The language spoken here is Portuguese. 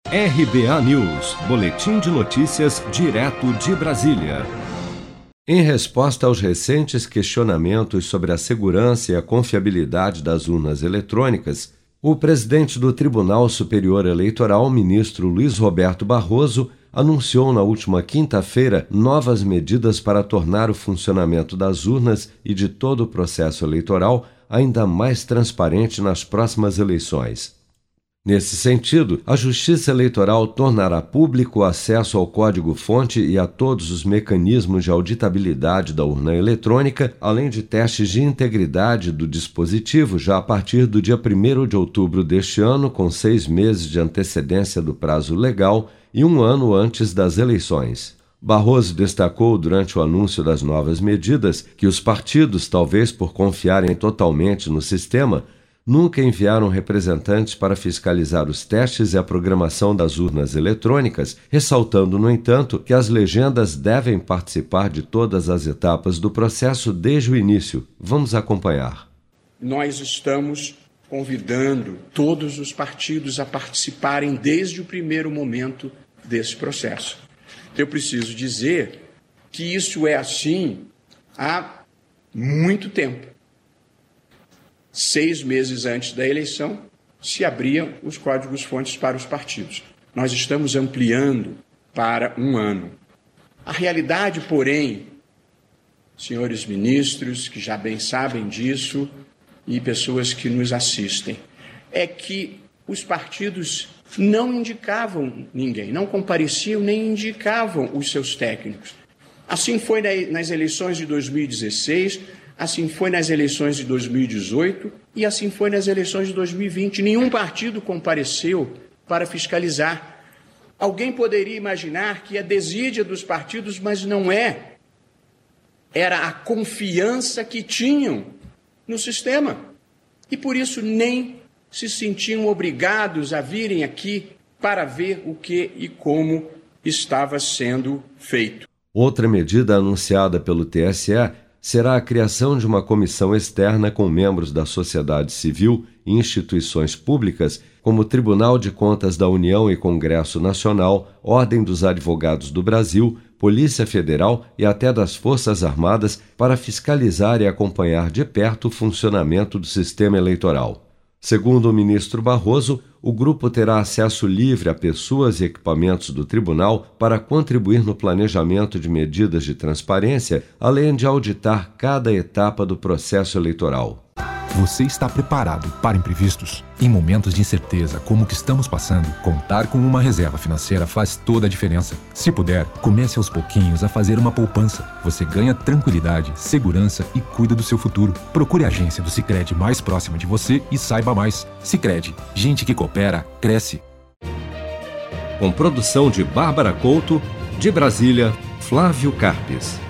RBA News, boletim de notícias direto de Brasília. Em resposta aos recentes questionamentos sobre a segurança e a confiabilidade das urnas eletrônicas, o presidente do Tribunal Superior Eleitoral, ministro Luiz Roberto Barroso, anunciou na última quinta-feira novas medidas para tornar o funcionamento das urnas e de todo o processo eleitoral ainda mais transparente nas próximas eleições. Nesse sentido, a Justiça Eleitoral tornará público o acesso ao código-fonte e a todos os mecanismos de auditabilidade da urna eletrônica, além de testes de integridade do dispositivo já a partir do dia 1º de outubro deste ano, com 6 meses de antecedência do prazo legal e 1 ano antes das eleições. Barroso destacou durante o anúncio das novas medidas que os partidos, talvez por confiarem totalmente no sistema, nunca enviaram representantes para fiscalizar os testes e a programação das urnas eletrônicas, ressaltando, no entanto, que as legendas devem participar de todas as etapas do processo desde o início. Vamos acompanhar. Nós estamos convidando todos os partidos a participarem desde o primeiro momento desse processo. Eu preciso dizer que isso é assim há muito tempo. 6 meses antes da eleição, se abriam os códigos-fontes para os partidos. Nós estamos ampliando para 1 ano. A realidade, porém, senhores ministros, que já bem sabem disso, e pessoas que nos assistem, é que os partidos não indicavam ninguém, não compareciam nem indicavam os seus técnicos. Assim foi nas eleições de 2016, assim foi nas eleições de 2018 e assim foi nas eleições de 2020. Nenhum partido compareceu para fiscalizar. Alguém poderia imaginar que a desídia dos partidos, mas não é. Era a confiança que tinham no sistema. E por isso nem se sentiam obrigados a virem aqui para ver o que e como estava sendo feito. Outra medida anunciada pelo TSE será a criação de uma comissão externa com membros da sociedade civil e instituições públicas, como o Tribunal de Contas da União e Congresso Nacional, Ordem dos Advogados do Brasil, Polícia Federal e até das Forças Armadas, para fiscalizar e acompanhar de perto o funcionamento do sistema eleitoral. Segundo o ministro Barroso, o grupo terá acesso livre a pessoas e equipamentos do tribunal para contribuir no planejamento de medidas de transparência, além de auditar cada etapa do processo eleitoral. Você está preparado para imprevistos? Em momentos de incerteza como o que estamos passando, contar com uma reserva financeira faz toda a diferença. Se puder, comece aos pouquinhos a fazer uma poupança. Você ganha tranquilidade, segurança e cuida do seu futuro. Procure a agência do Sicredi mais próxima de você e saiba mais. Sicredi, gente que coopera, cresce. Com produção de Bárbara Couto, de Brasília, Flávio Carpes.